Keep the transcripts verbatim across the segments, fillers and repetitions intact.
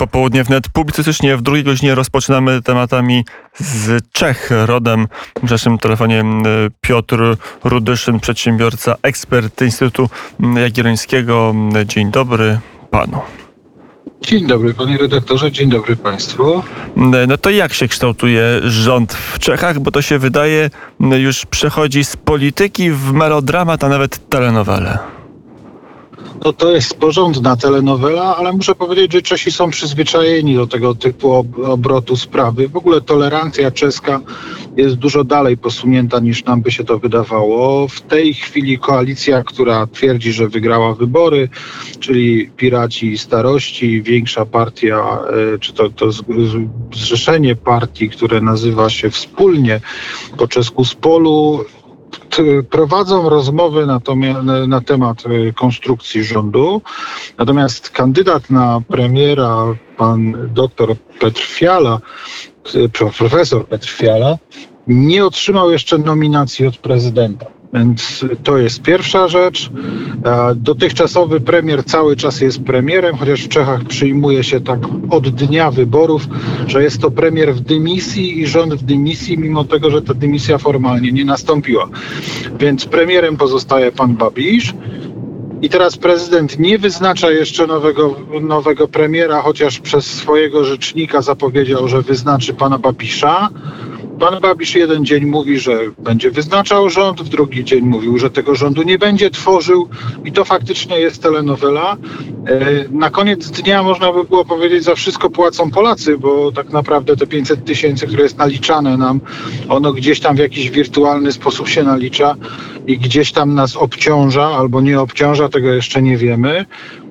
Popołudnie wnet publicystycznie. W drugiej godzinie rozpoczynamy tematami z Czech. Rodem w naszym telefonie Piotr Rudyszyn, przedsiębiorca, ekspert Instytutu Jagiellońskiego. Dzień dobry panu. Dzień dobry panie redaktorze, dzień dobry państwu. No to jak się kształtuje rząd w Czechach? Bo to się wydaje już przechodzi z polityki w melodramat, a nawet telenowelę. No to jest porządna telenowela, ale muszę powiedzieć, że Czesi są przyzwyczajeni do tego typu ob- obrotu sprawy. W ogóle tolerancja czeska jest dużo dalej posunięta niż nam by się to wydawało. W tej chwili koalicja, która twierdzi, że wygrała wybory, czyli Piraci i Starości, większa partia, czy to, to zrzeszenie partii, które nazywa się Wspólnie, po czesku Spolu, prowadzą rozmowy na, to, na temat konstrukcji rządu. Natomiast kandydat na premiera, pan doktor Petr Fiala, profesor Petr Fiala, nie otrzymał jeszcze nominacji od prezydenta. Więc to jest pierwsza rzecz. Dotychczasowy premier cały czas jest premierem, chociaż w Czechach przyjmuje się tak od dnia wyborów, że jest to premier w dymisji i rząd w dymisji, mimo tego, że ta dymisja formalnie nie nastąpiła. Więc premierem pozostaje pan Babiš. I teraz prezydent nie wyznacza jeszcze nowego, nowego premiera, chociaż przez swojego rzecznika zapowiedział, że wyznaczy pana Babiša. Pan Babiš jeden dzień mówi, że będzie wyznaczał rząd, w drugi dzień mówił, że tego rządu nie będzie tworzył i to faktycznie jest telenowela. Na koniec dnia można by było powiedzieć, za wszystko płacą Polacy, bo tak naprawdę te pięćset tysięcy, które jest naliczane nam, ono gdzieś tam w jakiś wirtualny sposób się nalicza i gdzieś tam nas obciąża albo nie obciąża, tego jeszcze nie wiemy.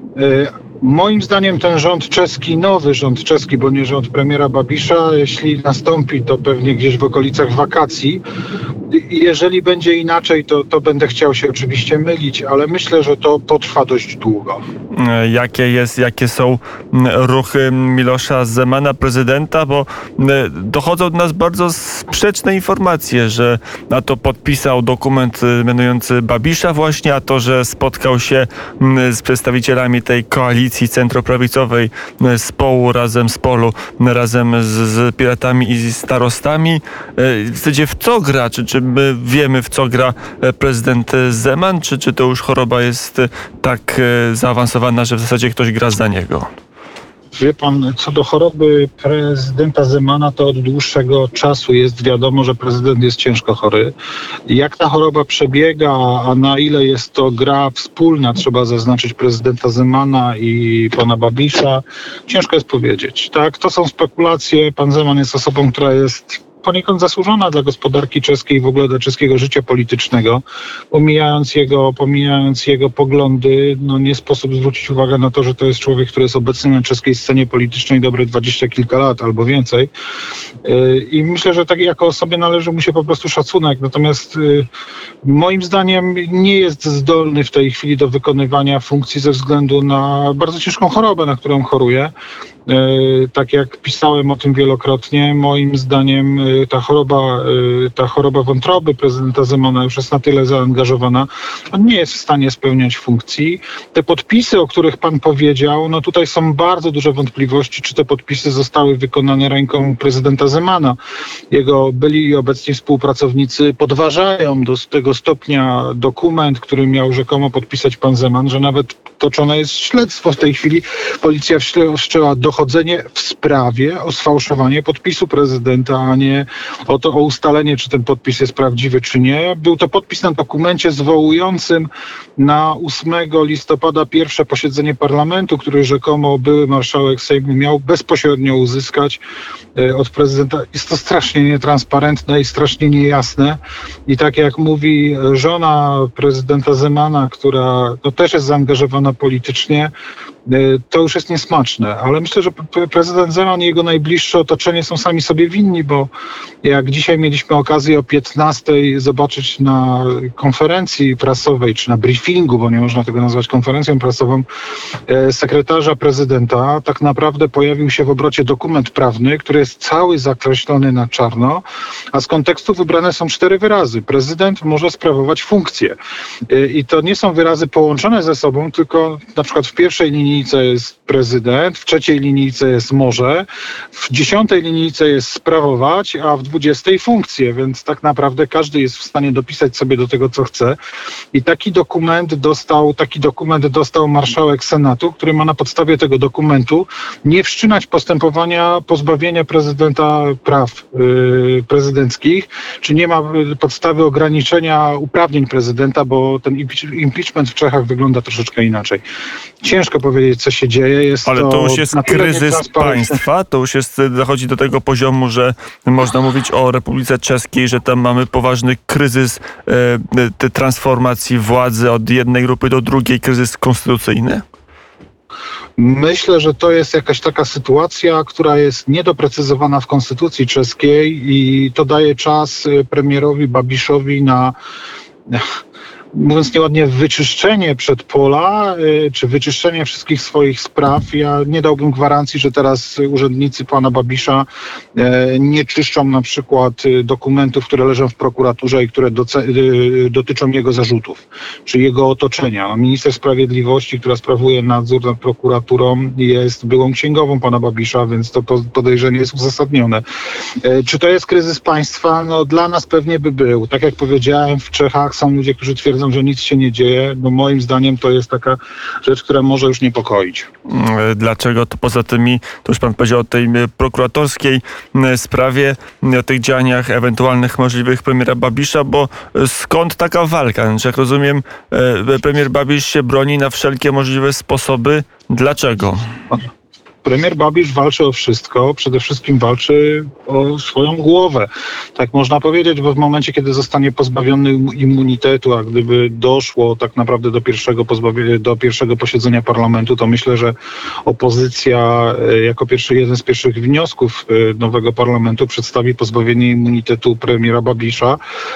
Moim zdaniem ten rząd czeski, nowy rząd czeski, bo nie rząd premiera Babiša, jeśli nastąpi, to pewnie gdzieś w okolicach wakacji. Jeżeli będzie inaczej, to, to będę chciał się oczywiście mylić, ale myślę, że to potrwa dość długo. Jakie jest, jakie są ruchy Milosza Zemana, prezydenta, bo dochodzą do nas bardzo sprzeczne informacje, że na to podpisał dokument mianujący Babiša właśnie, a to, że spotkał się z przedstawicielami tej koalicji centroprawicowej Spolu razem z Polu, razem z, z Piratami i starostami. W zasadzie w co gra? Czy, czy my wiemy, w co gra prezydent Zeman, czy, czy to już choroba jest tak zaawansowana, że w zasadzie ktoś gra za niego? Wie pan, co do choroby prezydenta Zemana, to od dłuższego czasu jest wiadomo, że prezydent jest ciężko chory. Jak ta choroba przebiega, a na ile jest to gra wspólna, trzeba zaznaczyć, prezydenta Zemana i pana Babiša, ciężko jest powiedzieć. Tak, to są spekulacje. Pan Zeman jest osobą, która jest poniekąd zasłużona dla gospodarki czeskiej i w ogóle dla czeskiego życia politycznego. Pomijając jego, pomijając jego poglądy, no nie sposób zwrócić uwagę na to, że to jest człowiek, który jest obecny na czeskiej scenie politycznej dobre dwadzieścia kilka lat albo więcej. I myślę, że tak jako osobie należy mu się po prostu szacunek. Natomiast moim zdaniem nie jest zdolny w tej chwili do wykonywania funkcji ze względu na bardzo ciężką chorobę, na którą choruje. Tak jak pisałem o tym wielokrotnie, moim zdaniem ta choroba, ta choroba wątroby prezydenta Zemana już jest na tyle zaangażowana, on nie jest w stanie spełniać funkcji. Te podpisy, o których pan powiedział, no tutaj są bardzo duże wątpliwości, czy te podpisy zostały wykonane ręką prezydenta Zemana. Jego byli i obecni współpracownicy podważają do tego stopnia dokument, który miał rzekomo podpisać pan Zeman, że nawet toczone jest śledztwo w tej chwili. Policja wszczęła dochodzenie w sprawie o sfałszowanie podpisu prezydenta, a nie o to, o ustalenie, czy ten podpis jest prawdziwy, czy nie. Był to podpis na dokumencie zwołującym na ósmego listopada pierwsze posiedzenie parlamentu, który rzekomo były marszałek Sejmu miał bezpośrednio uzyskać od prezydenta. Jest to strasznie nietransparentne i strasznie niejasne. I tak jak mówi żona prezydenta Zemana, która no, też jest zaangażowana politycznie, to już jest niesmaczne. Ale myślę, że prezydent Zeman i jego najbliższe otoczenie są sami sobie winni, bo jak dzisiaj mieliśmy okazję o piętnastej zobaczyć na konferencji prasowej, czy na briefingu, bo nie można tego nazwać konferencją prasową, sekretarza prezydenta, tak naprawdę pojawił się w obrocie dokument prawny, który jest cały zakreślony na czarno, a z kontekstu wybrane są cztery wyrazy. Prezydent może sprawować funkcję. I to nie są wyrazy połączone ze sobą, tylko na przykład w pierwszej linii linijce jest prezydent, w trzeciej linijce jest może, w dziesiątej linijce jest sprawować, a w dwudziestej funkcje, więc tak naprawdę każdy jest w stanie dopisać sobie do tego, co chce. I taki dokument dostał, taki dokument dostał marszałek Senatu, który ma na podstawie tego dokumentu nie wszczynać postępowania pozbawienia prezydenta praw yy, prezydenckich, czy nie ma podstawy ograniczenia uprawnień prezydenta, bo ten impeachment w Czechach wygląda troszeczkę inaczej. Ciężko powiedzieć, co się dzieje. Jest Ale to, to już jest kryzys państwa, to już jest, dochodzi do tego poziomu, że można mówić o Republice Czeskiej, że tam mamy poważny kryzys e, transformacji władzy od jednej grupy do drugiej, kryzys konstytucyjny? Myślę, że to jest jakaś taka sytuacja, która jest niedoprecyzowana w konstytucji czeskiej i to daje czas premierowi Babiszowi na, mówiąc nieładnie, wyczyszczenie przedpola, czy wyczyszczenie wszystkich swoich spraw. Ja nie dałbym gwarancji, że teraz urzędnicy pana Babisza nie czyszczą na przykład dokumentów, które leżą w prokuraturze i które dotyczą jego zarzutów, czy jego otoczenia. Minister Sprawiedliwości, która sprawuje nadzór nad prokuraturą, jest byłą księgową pana Babisza, więc to podejrzenie jest uzasadnione. Czy to jest kryzys państwa? No dla nas pewnie by był. Tak jak powiedziałem, w Czechach są ludzie, którzy twierdzą, że nic się nie dzieje. No moim zdaniem to jest taka rzecz, która może już niepokoić. Dlaczego? To poza tymi, to już pan powiedział o tej prokuratorskiej sprawie, o tych działaniach ewentualnych możliwych premiera Babisza, bo skąd taka walka? Znaczy, jak rozumiem, premier Babisz się broni na wszelkie możliwe sposoby. Dlaczego? Premier Babisz walczy o wszystko, przede wszystkim walczy o swoją głowę. Tak można powiedzieć, bo w momencie, kiedy zostanie pozbawiony immunitetu, a gdyby doszło tak naprawdę do pierwszego, pozbawienia, do pierwszego posiedzenia parlamentu, to myślę, że opozycja jako pierwszy, jeden z pierwszych wniosków nowego parlamentu przedstawi pozbawienie immunitetu premiera Babisza,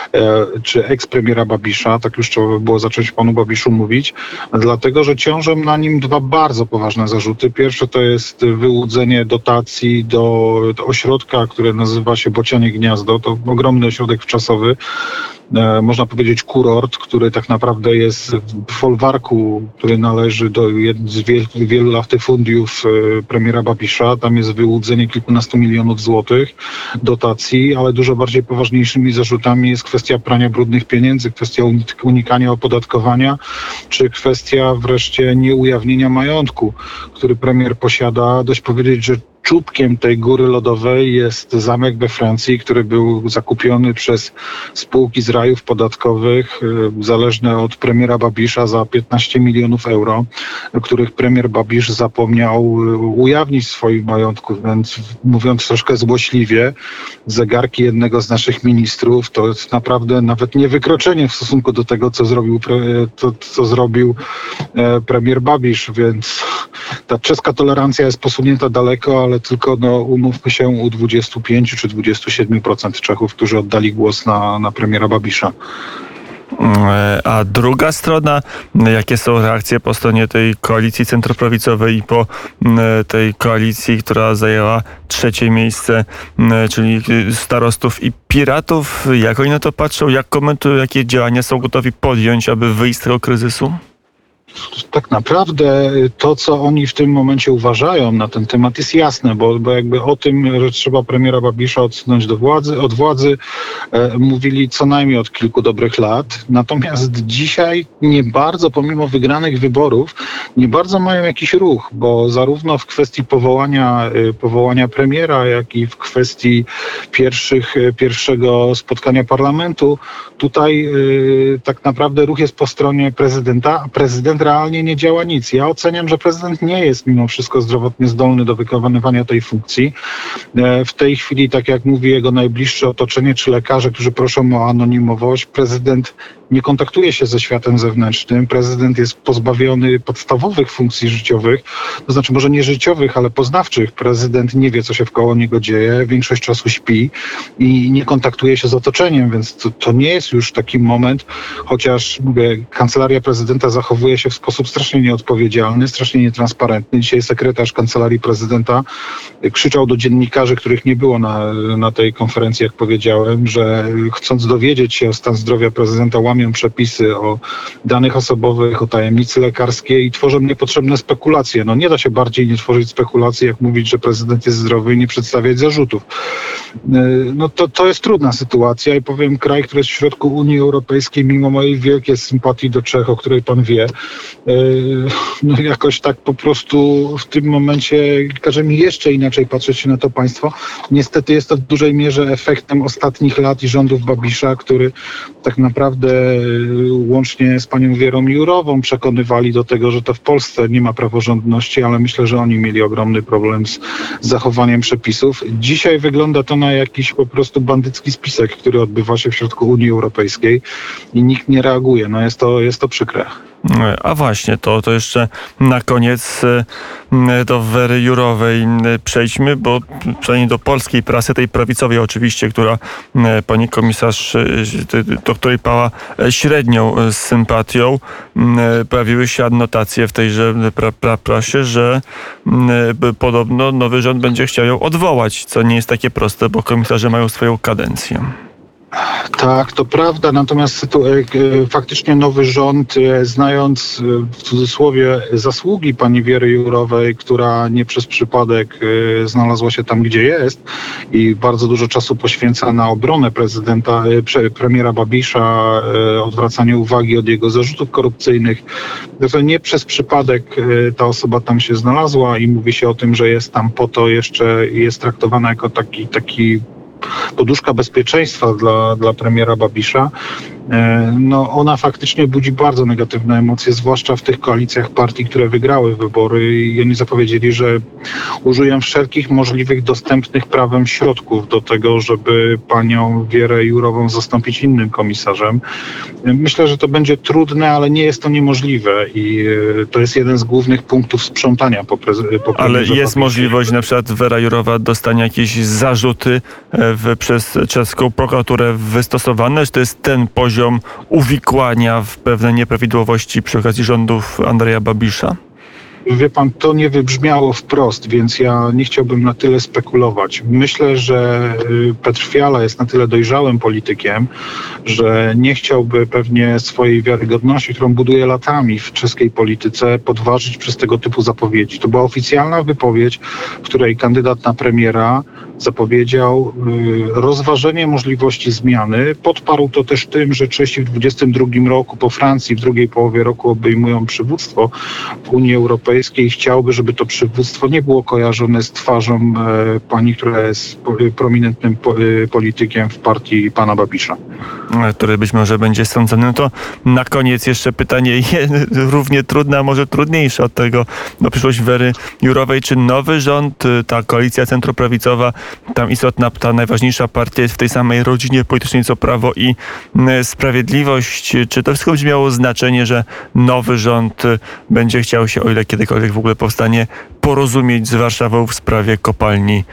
czy ekspremiera Babisza, tak już trzeba by było zacząć panu Babiszu mówić, dlatego, że ciążą na nim dwa bardzo poważne zarzuty. Pierwsze to jest wyłudzenie dotacji do, do ośrodka, które nazywa się Bocianie Gniazdo. To ogromny ośrodek wczasowy, e, można powiedzieć kurort, który tak naprawdę jest w folwarku, który należy do jednych z wiel, wielu latyfundiów e, premiera Babisza. Tam jest wyłudzenie kilkunastu milionów złotych dotacji, ale dużo bardziej poważniejszymi zarzutami jest kwestia prania brudnych pieniędzy, kwestia unikania opodatkowania, czy kwestia wreszcie nieujawnienia majątku, który premier posiada. Dość powiedzieć, że czubkiem tej góry lodowej jest zamek we Francji, który był zakupiony przez spółki z rajów podatkowych, zależne od premiera Babisza, za piętnaście milionów euro, których premier Babisz zapomniał ujawnić w swoim majątku. Więc mówiąc troszkę złośliwie, zegarki jednego z naszych ministrów to jest naprawdę nawet nie wykroczenie w stosunku do tego, co zrobił, to, co zrobił premier Babisz, więc ta czeska tolerancja jest posunięta daleko, ale tylko no, umówmy się u dwudziestu pięciu czy dwudziestu siedmiu procent Czechów, którzy oddali głos na, na premiera Babisza. A druga strona, jakie są reakcje po stronie tej koalicji centroprawicowej i po tej koalicji, która zajęła trzecie miejsce, czyli starostów i piratów? Jak oni na to patrzą? Jak komentują? Jakie działania są gotowi podjąć, aby wyjść z tego kryzysu? Tak naprawdę to, co oni w tym momencie uważają na ten temat, jest jasne, bo, bo jakby o tym, że trzeba premiera Babisza odsunąć do władzy, od władzy e, mówili co najmniej od kilku dobrych lat. Natomiast dzisiaj nie bardzo, pomimo wygranych wyborów, nie bardzo mają jakiś ruch, bo zarówno w kwestii powołania, e, powołania premiera, jak i w kwestii pierwszych, e, pierwszego spotkania parlamentu, tutaj e, tak naprawdę ruch jest po stronie prezydenta. Prezydent realnie nie działa nic. Ja oceniam, że prezydent nie jest mimo wszystko zdrowotnie zdolny do wykonywania tej funkcji. W tej chwili, tak jak mówi jego najbliższe otoczenie, czy lekarze, którzy proszą o anonimowość, prezydent nie kontaktuje się ze światem zewnętrznym. Prezydent jest pozbawiony podstawowych funkcji życiowych, to znaczy może nie życiowych, ale poznawczych. Prezydent nie wie, co się wkoło niego dzieje, większość czasu śpi i nie kontaktuje się z otoczeniem, więc to, to nie jest już taki moment, chociaż mówię, kancelaria prezydenta zachowuje się w w sposób strasznie nieodpowiedzialny, strasznie nietransparentny. Dzisiaj sekretarz Kancelarii Prezydenta krzyczał do dziennikarzy, których nie było na, na tej konferencji, jak powiedziałem, że chcąc dowiedzieć się o stan zdrowia prezydenta, łamią przepisy o danych osobowych, o tajemnicy lekarskiej i tworzą niepotrzebne spekulacje. No nie da się bardziej nie tworzyć spekulacji, jak mówić, że prezydent jest zdrowy i nie przedstawiać zarzutów. No to, to jest trudna sytuacja i powiem, kraj, który jest w środku Unii Europejskiej, mimo mojej wielkiej sympatii do Czech, o której pan wie, no jakoś tak po prostu w tym momencie każe mi jeszcze inaczej patrzeć się na to państwo. Niestety jest to w dużej mierze efektem ostatnich lat i rządów Babisza, który tak naprawdę łącznie z panią Wierą Jourową przekonywali do tego, że to w Polsce nie ma praworządności, ale myślę, że oni mieli ogromny problem z zachowaniem przepisów. Dzisiaj wygląda to na jakiś po prostu bandycki spisek, który odbywa się w środku Unii Europejskiej i nikt nie reaguje. No jest to, jest to przykre. A właśnie, to, to jeszcze na koniec do Wery Jourowej przejdźmy, bo przynajmniej do polskiej prasy, tej prawicowej oczywiście, która pani komisarz, do której pała średnią sympatią, pojawiły się adnotacje w tejże pra, pra, prasie, że podobno nowy rząd będzie chciał ją odwołać, co nie jest takie proste, bo komisarze mają swoją kadencję. Tak, to prawda, natomiast faktycznie nowy rząd, znając w cudzysłowie zasługi pani Wiery Jourowej, która nie przez przypadek znalazła się tam, gdzie jest i bardzo dużo czasu poświęca na obronę prezydenta, premiera Babisza, odwracanie uwagi od jego zarzutów korupcyjnych, to nie przez przypadek ta osoba tam się znalazła i mówi się o tym, że jest tam po to jeszcze, jest traktowana jako taki, taki poduszka bezpieczeństwa dla, dla premiera Babisza. No ona faktycznie budzi bardzo negatywne emocje, zwłaszcza w tych koalicjach partii, które wygrały wybory i oni zapowiedzieli, że użyją wszelkich możliwych dostępnych prawem środków do tego, żeby panią Wierę Jourową zastąpić innym komisarzem. Myślę, że to będzie trudne, ale nie jest to niemożliwe i to jest jeden z głównych punktów sprzątania po, prez- po Ale jest Babiszu. Możliwość na przykład Wera Jourowa dostania jakieś zarzuty w, przez czeską prokuraturę wystosowane, czy to jest ten poziom uwikłania w pewne nieprawidłowości przy okazji rządów Andrzeja Babisza? Wie pan, to nie wybrzmiało wprost, więc ja nie chciałbym na tyle spekulować. Myślę, że Petr Fiala jest na tyle dojrzałym politykiem, że nie chciałby pewnie swojej wiarygodności, którą buduje latami w czeskiej polityce, podważyć przez tego typu zapowiedzi. To była oficjalna wypowiedź, w której kandydat na premiera zapowiedział rozważenie możliwości zmiany. Podparł to też tym, że Czesi w dwudziestym drugim roku po Francji w drugiej połowie roku obejmują przywództwo w Unii Europejskiej i chciałby, żeby to przywództwo nie było kojarzone z twarzą e, pani, która jest prominentnym po, e, politykiem w partii pana Babisza. Który być może będzie sądzony. No to na koniec jeszcze pytanie równie trudne, a może trudniejsze od tego do przyszłość Wery Jourowej. Czy nowy rząd, ta koalicja centroprawicowa, tam istotna, ta najważniejsza partia jest w tej samej rodzinie politycznej co Prawo i Sprawiedliwość? Czy to wszystko będzie miało znaczenie, że nowy rząd będzie chciał się, o ile kiedykolwiek w ogóle powstanie, porozumieć z Warszawą w sprawie kopalni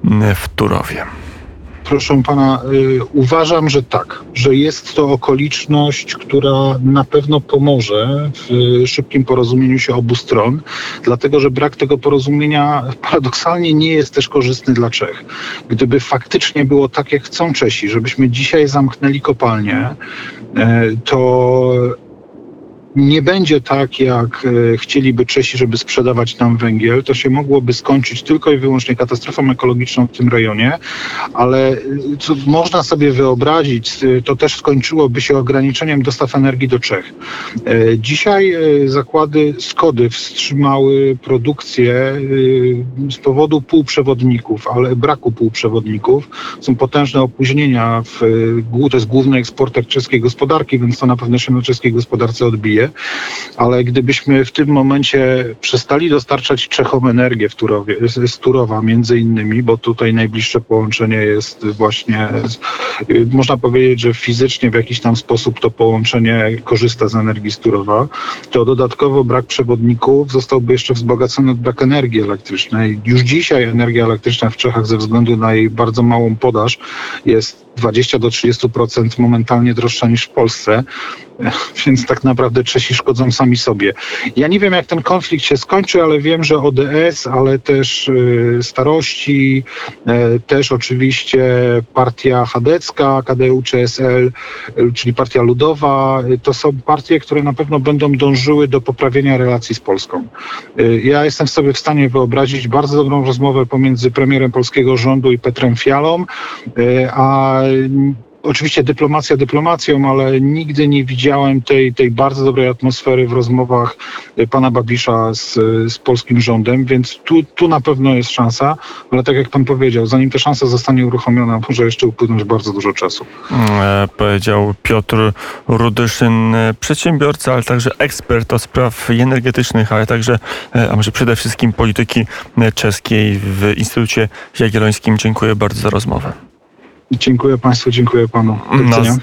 w Turowie? Proszę pana, y, uważam, że tak, że jest to okoliczność, która na pewno pomoże w y, szybkim porozumieniu się obu stron, dlatego że brak tego porozumienia paradoksalnie nie jest też korzystny dla Czech. Gdyby faktycznie było tak, jak chcą Czesi, żebyśmy dzisiaj zamknęli kopalnię, y, to nie będzie tak, jak chcieliby Czesi, żeby sprzedawać nam węgiel. To się mogłoby skończyć tylko i wyłącznie katastrofą ekologiczną w tym rejonie, ale co można sobie wyobrazić, to też skończyłoby się ograniczeniem dostaw energii do Czech. Dzisiaj zakłady Skody wstrzymały produkcję z powodu półprzewodników, ale braku półprzewodników. Są potężne opóźnienia, w, to jest główny eksporter czeskiej gospodarki, więc to na pewno się na czeskiej gospodarce odbije. Ale gdybyśmy w tym momencie przestali dostarczać Czechom energię w Turowie, z Turowa między innymi, bo tutaj najbliższe połączenie jest właśnie, można powiedzieć, że fizycznie w jakiś tam sposób to połączenie korzysta z energii z Turowa, to dodatkowo brak przewodników zostałby jeszcze wzbogacony od brak energii elektrycznej. Już dzisiaj energia elektryczna w Czechach ze względu na jej bardzo małą podaż jest dwadzieścia do trzydziestu procent momentalnie droższa niż w Polsce. Więc tak naprawdę Czesi szkodzą sami sobie. Ja nie wiem, jak ten konflikt się skończy, ale wiem, że O D S, ale też y, starości, y, też oczywiście partia chadecka, K D U C S L, y, czyli partia ludowa, y, to są partie, które na pewno będą dążyły do poprawienia relacji z Polską. Y, ja jestem sobie w stanie wyobrazić bardzo dobrą rozmowę pomiędzy premierem polskiego rządu i Petrem Fialą, y, a oczywiście dyplomacja dyplomacją, ale nigdy nie widziałem tej, tej bardzo dobrej atmosfery w rozmowach pana Babisza z, z polskim rządem, więc tu, tu na pewno jest szansa, ale tak jak pan powiedział, zanim ta szansa zostanie uruchomiona, może jeszcze upłynąć bardzo dużo czasu. E, powiedział Piotr Rudyszyn, przedsiębiorca, ale także ekspert od spraw energetycznych, ale także, a może przede wszystkim polityki czeskiej w Instytucie Jagiellońskim. Dziękuję bardzo za rozmowę. Dziękuję państwu, dziękuję panu. Do widzenia.